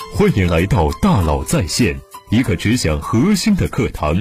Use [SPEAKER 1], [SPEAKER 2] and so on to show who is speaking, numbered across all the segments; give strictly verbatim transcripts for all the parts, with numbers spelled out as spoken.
[SPEAKER 1] 欢迎来到大佬在线，一个只讲核心的课堂。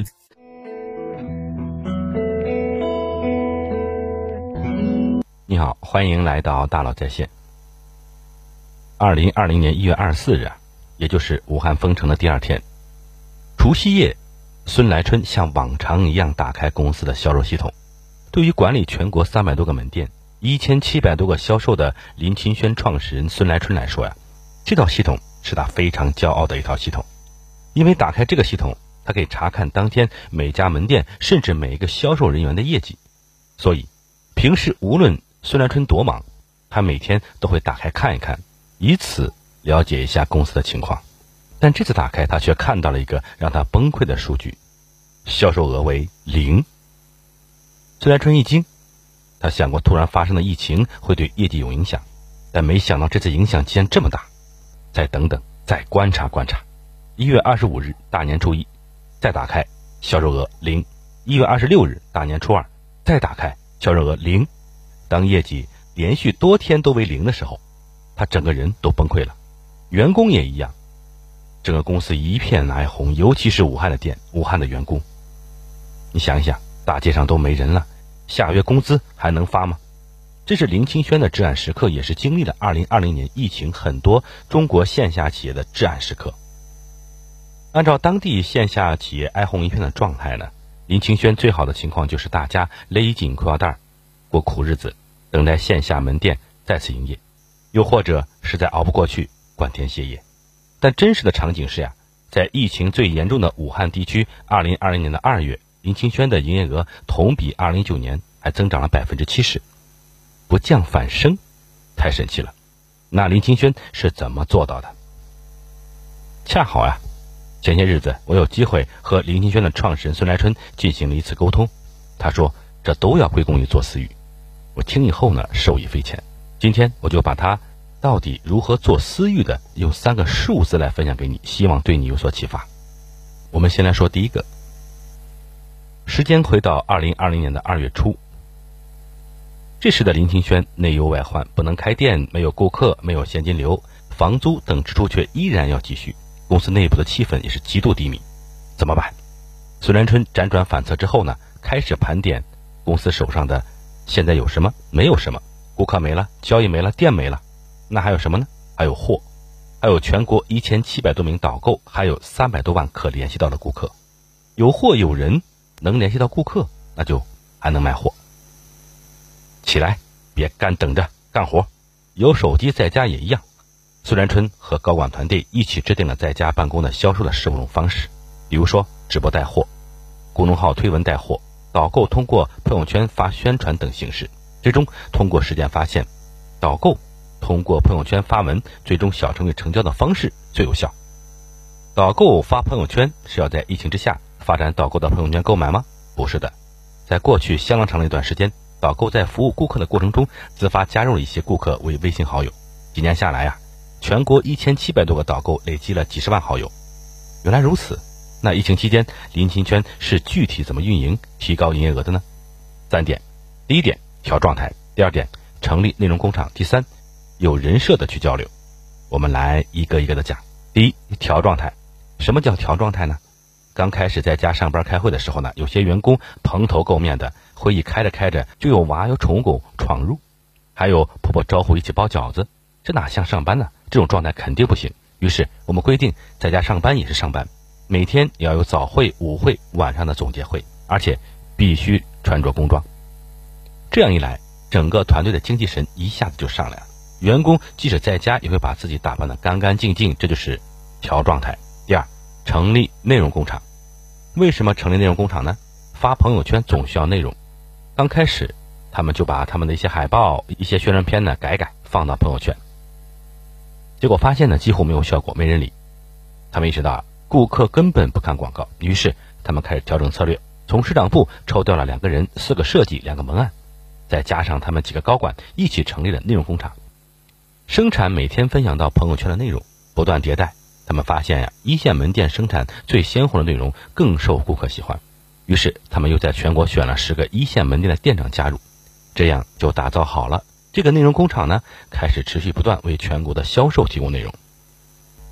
[SPEAKER 2] 你好，欢迎来到大佬在线。二零二零年一月二十四日啊，也就是武汉封城的第二天，除夕夜，孙来春像往常一样打开公司的销售系统。对于管理全国三百多个门店、一千七百多个销售的林清轩创始人孙来春来说呀，这套系统是他非常骄傲的一套系统。因为打开这个系统，他可以查看当天每家门店甚至每一个销售人员的业绩，所以平时无论孙来春多忙，他每天都会打开看一看，以此了解一下公司的情况。但这次打开，他却看到了一个让他崩溃的数据，销售额为零。孙来春一惊，他想过突然发生的疫情会对业绩有影响，但没想到这次影响竟然这么大。再等等，再观察观察。一月二十五日大年初一，再打开，销售额零。一月二十六日大年初二，再打开，销售额零。当业绩连续多天都为零的时候，他整个人都崩溃了。员工也一样，整个公司一片哀鸿，尤其是武汉的店，武汉的员工。你想一想，大街上都没人了，下月工资还能发吗？这是林清轩的至暗时刻，也是经历了二零二零年疫情很多中国线下企业的至暗时刻。按照当地线下企业哀鸿一片的状态呢，林清轩最好的情况就是大家勒紧裤腰带过苦日子，等待线下门店再次营业，又或者实在熬不过去管天歇业。但真实的场景是呀，在疫情最严重的武汉地区，二零二零年的二月，林清轩的营业额同比二零一九年还增长了百分之七十，不降反升，太神奇了。那林清轩是怎么做到的？恰好呀，前些日子我有机会和林清轩的创始人孙来春进行了一次沟通，他说这都要归功于做私域。我听以后呢，受益匪浅。今天我就把他到底如何做私域的用三个数字来分享给你，希望对你有所启发。我们先来说第一个。时间回到二零二零年的二月初，这时的林清轩内忧外患，不能开店，没有顾客，没有现金流，房租等支出却依然要继续，公司内部的气氛也是极度低迷。怎么办？孙来春辗转反侧之后呢，开始盘点公司手上的现在有什么，没有什么。顾客没了，交易没了，店没了，那还有什么呢？还有货，还有全国一千七百多名导购，还有三百多万可联系到的顾客。有货有人能联系到顾客，那就还能卖货。起来，别干等着，干活。有手机在家也一样。孙来春和高管团队一起制定了在家办公的销售的十五种方式，比如说直播带货、公众号推文带货、导购通过朋友圈发宣传等形式。最终通过实践发现，导购通过朋友圈发文最终小程序成交的方式最有效。导购发朋友圈是要在疫情之下发展导购的朋友圈购买吗？不是的。在过去相当长的一段时间，导购在服务顾客的过程中自发加入了一些顾客为微信好友。几年下来啊，全国一千七百多个导购累积了几十万好友。原来如此。那疫情期间林清轩是具体怎么运营提高营业额的呢？三点。第一点，调状态。第二点，成立内容工厂。第三，有人设的去交流。我们来一个一个的讲。第一，调状态。什么叫调状态呢？刚开始在家上班开会的时候呢，有些员工蓬头垢面的，会议开着开着就有娃有宠物狗闯入，还有婆婆招呼一起包饺子，这哪像上班呢？这种状态肯定不行。于是我们规定在家上班也是上班，每天也要有早会、午会、晚上的总结会，而且必须穿着工装。这样一来，整个团队的精气神一下子就上来了。员工即使在家也会把自己打扮得干干净净，这就是调状态。第二，成立内容工厂。为什么成立内容工厂呢？发朋友圈总需要内容。刚开始他们就把他们的一些海报、一些宣传片呢改改放到朋友圈，结果发现呢几乎没有效果，没人理。他们意识到顾客根本不看广告，于是他们开始调整策略，从市场部抽调了两个人、四个设计、两个文案，再加上他们几个高管一起成立了内容工厂，生产每天分享到朋友圈的内容，不断迭代。他们发现呀，一线门店生产最鲜活的内容更受顾客喜欢，于是他们又在全国选了十个一线门店的店长加入，这样就打造好了这个内容工厂呢，开始持续不断为全国的销售提供内容。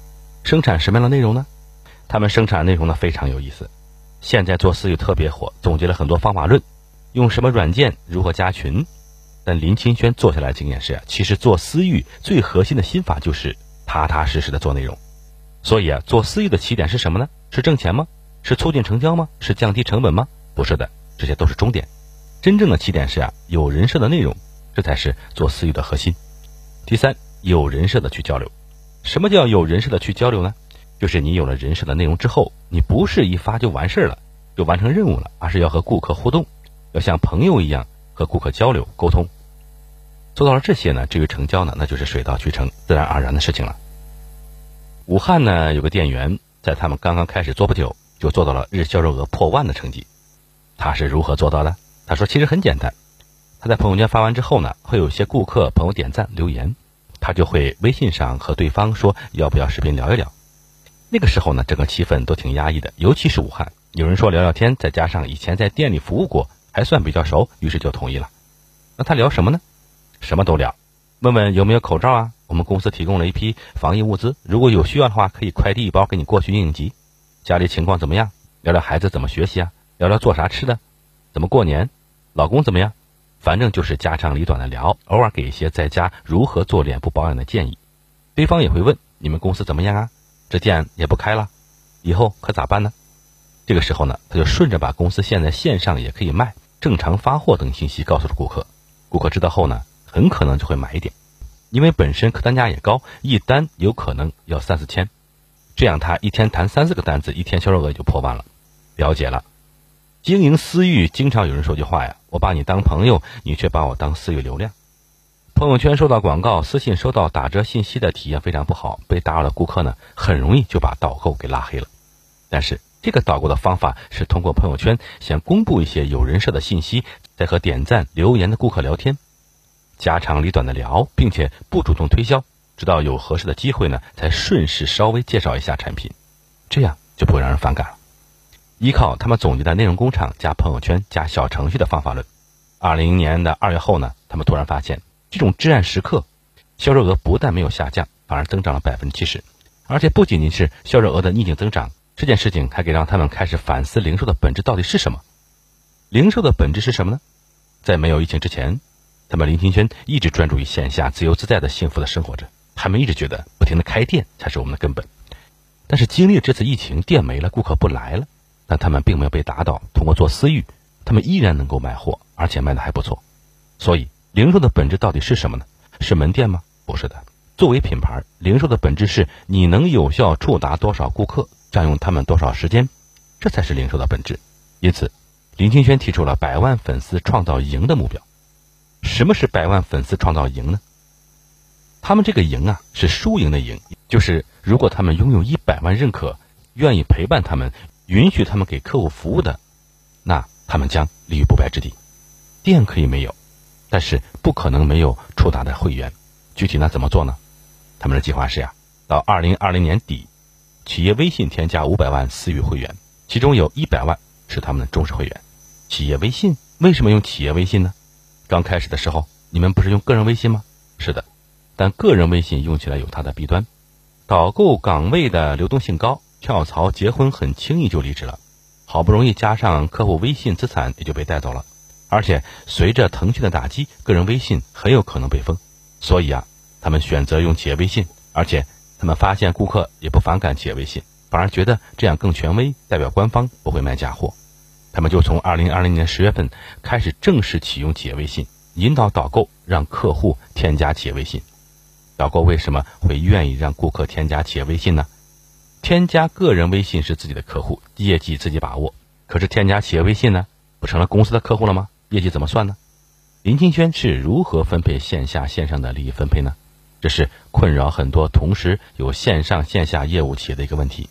[SPEAKER 2] 生产什么样的内容呢？他们生产内容呢非常有意思。现在做私域特别火，总结了很多方法论，用什么软件如何加群。但林清轩做下来的经验是啊，其实做私域最核心的心法就是踏踏实实的做内容。所以啊，做私域的起点是什么呢？是挣钱吗？是促进成交吗？是降低成本吗？不是的，这些都是终点。真正的起点是啊，有人设的内容，这才是做私域的核心。第三，有人设的去交流。什么叫有人设的去交流呢？就是你有了人设的内容之后，你不是一发就完事了，就完成任务了，而是要和顾客互动，要像朋友一样和顾客交流沟通。做到了这些呢，至于成交呢，那就是水到渠成，自然而然的事情了。武汉呢有个店员，在他们刚刚开始做不久，就做到了日销售额破万的成绩。他是如何做到的？他说其实很简单，他在朋友圈发完之后呢，会有一些顾客朋友点赞留言，他就会微信上和对方说要不要视频聊一聊。那个时候呢，整个气氛都挺压抑的，尤其是武汉，有人说聊聊天，再加上以前在店里服务过，还算比较熟，于是就同意了。那他聊什么呢？什么都聊，问问有没有口罩啊，我们公司提供了一批防疫物资，如果有需要的话可以快递一包给你过去应应急。家里情况怎么样？聊聊孩子怎么学习啊，聊聊做啥吃的，怎么过年，老公怎么样，反正就是家长里短的聊，偶尔给一些在家如何做脸部保养的建议。对方也会问你们公司怎么样啊，这店也不开了，以后可咋办呢？这个时候呢，他就顺着把公司现在线上也可以卖，正常发货等信息告诉了顾客。顾客知道后呢，很可能就会买一点，因为本身客单价也高，一单有可能要三四千，这样他一天谈三四个单子，一天销售额也就破万了。了解了。经营私域，经常有人说句话呀，我把你当朋友，你却把我当私域流量。朋友圈收到广告，私信收到打折信息的体验非常不好，被打扰的顾客呢，很容易就把导购给拉黑了。但是这个导购的方法是通过朋友圈先公布一些有人设的信息，再和点赞留言的顾客聊天，家长里短的聊，并且不主动推销，直到有合适的机会呢，才顺势稍微介绍一下产品，这样就不会让人反感了。依靠他们总结的内容工厂加朋友圈加小程序的方法论，二零年的二月后呢，他们突然发现这种至暗时刻，销售额不但没有下降，反而增长了百分之七十，而且不仅仅是销售额的逆境增长，这件事情还给让他们开始反思零售的本质到底是什么。零售的本质是什么呢？在没有疫情之前，他们林清轩一直专注于线下自由自在的幸福的生活着，他们一直觉得不停的开店才是我们的根本。但是经历了这次疫情，店没了，顾客不来了，但他们并没有被打倒，通过做私域，他们依然能够卖货，而且卖得还不错。所以零售的本质到底是什么呢？是门店吗？不是的。作为品牌，零售的本质是你能有效触达多少顾客，占用他们多少时间，这才是零售的本质。因此林清轩提出了百万粉丝创造赢的目标。什么是百万粉丝创造赢呢？他们这个赢啊，是输赢的赢，就是如果他们拥有一百万认可，愿意陪伴他们，允许他们给客户服务的，那他们将立于不败之地。店可以没有，但是不可能没有触达的会员。具体那怎么做呢？他们的计划是呀，到二零二零年底，企业微信添加五百万私域会员，其中有一百万是他们的忠实会员。企业微信为什么用企业微信呢？刚开始的时候，你们不是用个人微信吗？是的，但个人微信用起来有它的弊端。导购岗位的流动性高，跳槽结婚很轻易就离职了，好不容易加上客户微信资产也就被带走了。而且随着腾讯的打击，个人微信很有可能被封。所以啊，他们选择用企业微信，而且他们发现顾客也不反感企业微信，反而觉得这样更权威，代表官方，不会卖假货。他们就从二零二零年十月份开始正式启用企业微信，引导导购让客户添加企业微信。导购为什么会愿意让顾客添加企业微信呢？添加个人微信是自己的客户，业绩自己把握，可是添加企业微信呢，不成了公司的客户了吗？业绩怎么算呢？林清轩是如何分配线下线上的利益分配呢？这是困扰很多同时有线上线下业务企业的一个问题。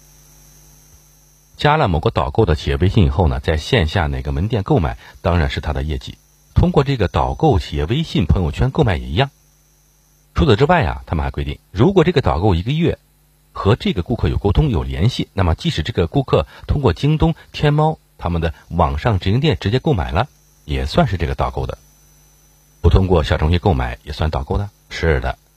[SPEAKER 2] 加了某个导购的企业微信以后呢，在线下哪个门店购买当然是他的业绩，通过这个导购企业微信朋友圈购买也一样。除此之外啊，他们还规定，如果这个导购一个月和这个顾客有沟通有联系，那么即使这个顾客通过京东、天猫他们的网上直营店直接购买了，也算是这个导购的。不通过小程序购买也算导购的？是的，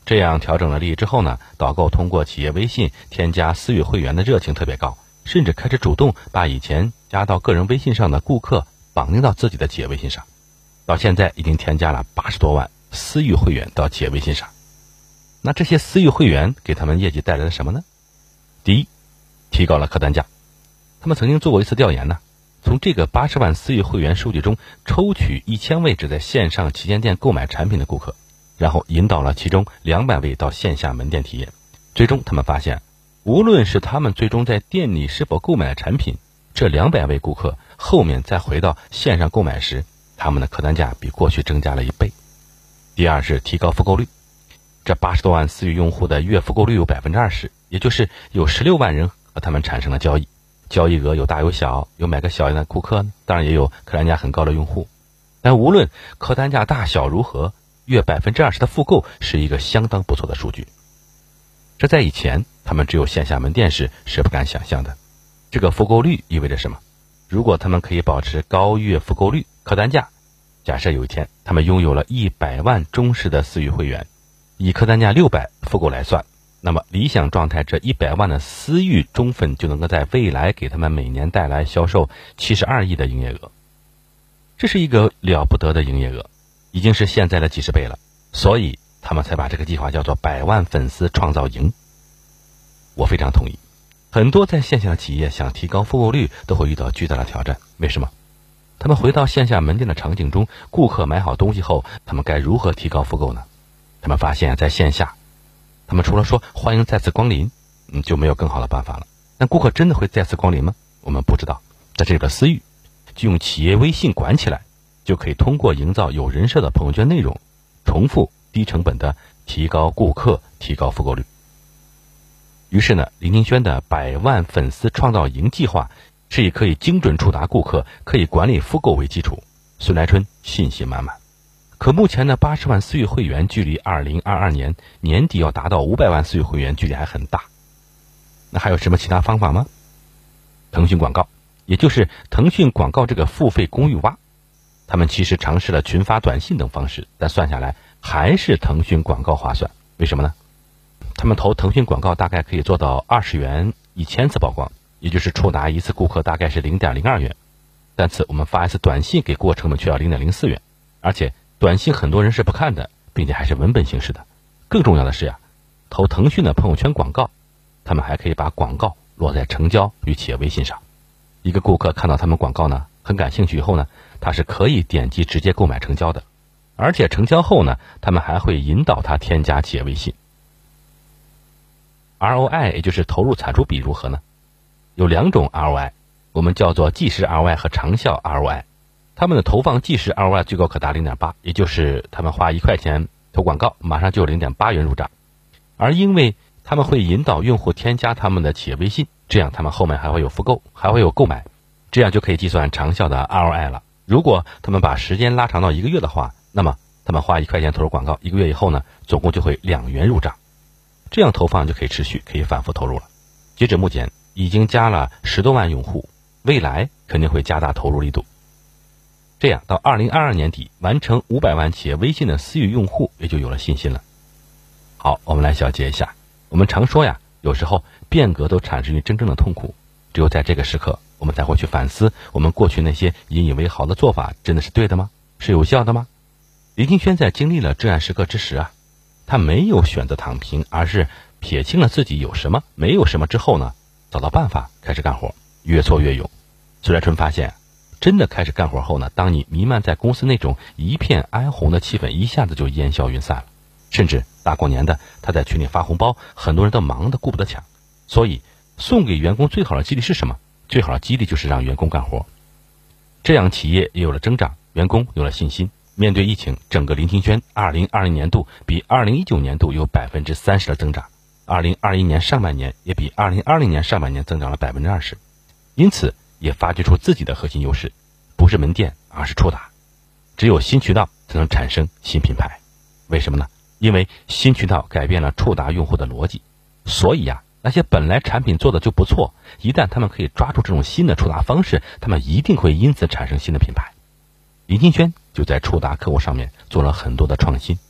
[SPEAKER 2] 这样调整了利益之后呢，导购通过企业微信添加私域会员的热情特别高，甚至开始主动把以前加到个人微信上的顾客绑定到自己的企业微信上。到现在已经添加了八十多万私域会员到企业微信上。那这些私域会员给他们业绩带来了什么呢？第一，提高了客单价。他们曾经做过一次调研呢，从这个八十万私域会员数据中抽取一千位只在线上旗舰店购买产品的顾客，然后引导了其中两百位到线下门店体验。最终他们发现，无论是他们最终在店里是否购买了产品，这两百位顾客后面再回到线上购买时，他们的客单价比过去增加了一倍。第二是提高复购率。这八十多万私域用户的月复购率有 百分之二十， 也就是有十六万人和他们产生了交易。交易额有大有小，有买个小样的顾客，当然也有客单价很高的用户。但无论客单价大小如何，月 百分之二十 的复购是一个相当不错的数据。这在以前他们只有线下门店时是不敢想象的。这个复购率意味着什么？如果他们可以保持高月复购率，客单价，假设有一天他们拥有了一百万中式的私域会员，以客单价六百复购来算，那么理想状态，这一百万的私域中分就能够在未来给他们每年带来销售七十二亿的营业额。这是一个了不得的营业额，已经是现在的几十倍了，所以他们才把这个计划叫做百万粉丝创造营。我非常同意，很多在线下的企业想提高复购率都会遇到巨大的挑战。为什么？他们回到线下门店的场景中，顾客买好东西后，他们该如何提高复购呢？他们发现在线下，他们除了说欢迎再次光临，嗯，就没有更好的办法了。但顾客真的会再次光临吗？我们不知道。在这里的私域，就用企业微信管起来，就可以通过营造有人设的朋友圈内容，重复低成本的提高顾客，提高复购率。于是呢，林清轩的百万粉丝创造营计划是以可以精准触达顾客，可以管理复购为基础。孙来春信心满满。可目前的八十万私域会员距离二零二二年年底要达到五百万私域会员距离还很大。那还有什么其他方法吗？腾讯广告，也就是腾讯广告这个付费公域蛙，他们其实尝试了群发短信等方式，但算下来还是腾讯广告划算。为什么呢？他们投腾讯广告大概可以做到二十元一千次曝光，也就是触达一次顾客大概是 零点零二元，但次我们发一次短信给顾客成本却要 零点零四元，而且短信很多人是不看的，并且还是文本形式的。更重要的是呀，投腾讯的朋友圈广告，他们还可以把广告落在成交与企业微信上。一个顾客看到他们广告呢，很感兴趣以后呢，他是可以点击直接购买成交的，而且成交后呢，他们还会引导他添加企业微信。R O I 也就是投入产出比如何呢？有两种 R O I， 我们叫做即时 R O I 和长效 R O I。他们的投放即时 R O I 最高可达 零点八， 也就是他们花一块钱投广告，马上就有 零点八元入账。而因为他们会引导用户添加他们的企业微信，这样他们后面还会有复购，还会有购买，这样就可以计算长效的 R O I 了。如果他们把时间拉长到一个月的话，那么他们花一块钱投入广告，一个月以后呢，总共就会两元入账。这样投放就可以持续，可以反复投入了。截止目前已经加了十多万用户，未来肯定会加大投入力度。这样到二零二二年底完成五百万企业微信的私域用户也就有了信心了。好，我们来小结一下。我们常说呀，有时候变革都产生于真正的痛苦，只有在这个时刻我们才会去反思，我们过去那些引以为豪的做法真的是对的吗？是有效的吗？林清轩在经历了至暗时刻之时啊，他没有选择躺平，而是撇清了自己有什么没有什么之后呢，找到办法开始干活，越挫越勇。孙来春发现真的开始干活后呢，当你弥漫在公司那种一片哀鸿的气氛一下子就烟消云散了。甚至大过年的他在群里发红包，很多人都忙得顾不得抢。所以送给员工最好的激励是什么？最好的激励就是让员工干活。这样企业也有了增长，员工有了信心。面对疫情，整个林清轩二零二零年度比二零一九年度有 百分之三十 的增长，二零二一年上半年也比二零二零年上半年增长了 百分之二十， 因此也发掘出自己的核心优势，不是门店，而是触达。只有新渠道才能产生新品牌。为什么呢？因为新渠道改变了触达用户的逻辑。所以呀、啊，那些本来产品做的就不错，一旦他们可以抓住这种新的触达方式，他们一定会因此产生新的品牌。林清轩就在触达客户上面做了很多的创新，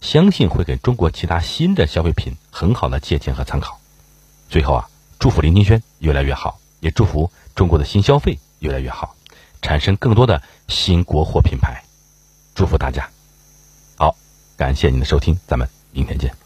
[SPEAKER 2] 相信会给中国其他新的消费品很好的借鉴和参考。最后啊，祝福林金轩越来越好，也祝福中国的新消费越来越好，产生更多的新国货品牌。祝福大家。好，感谢您的收听，咱们明天见。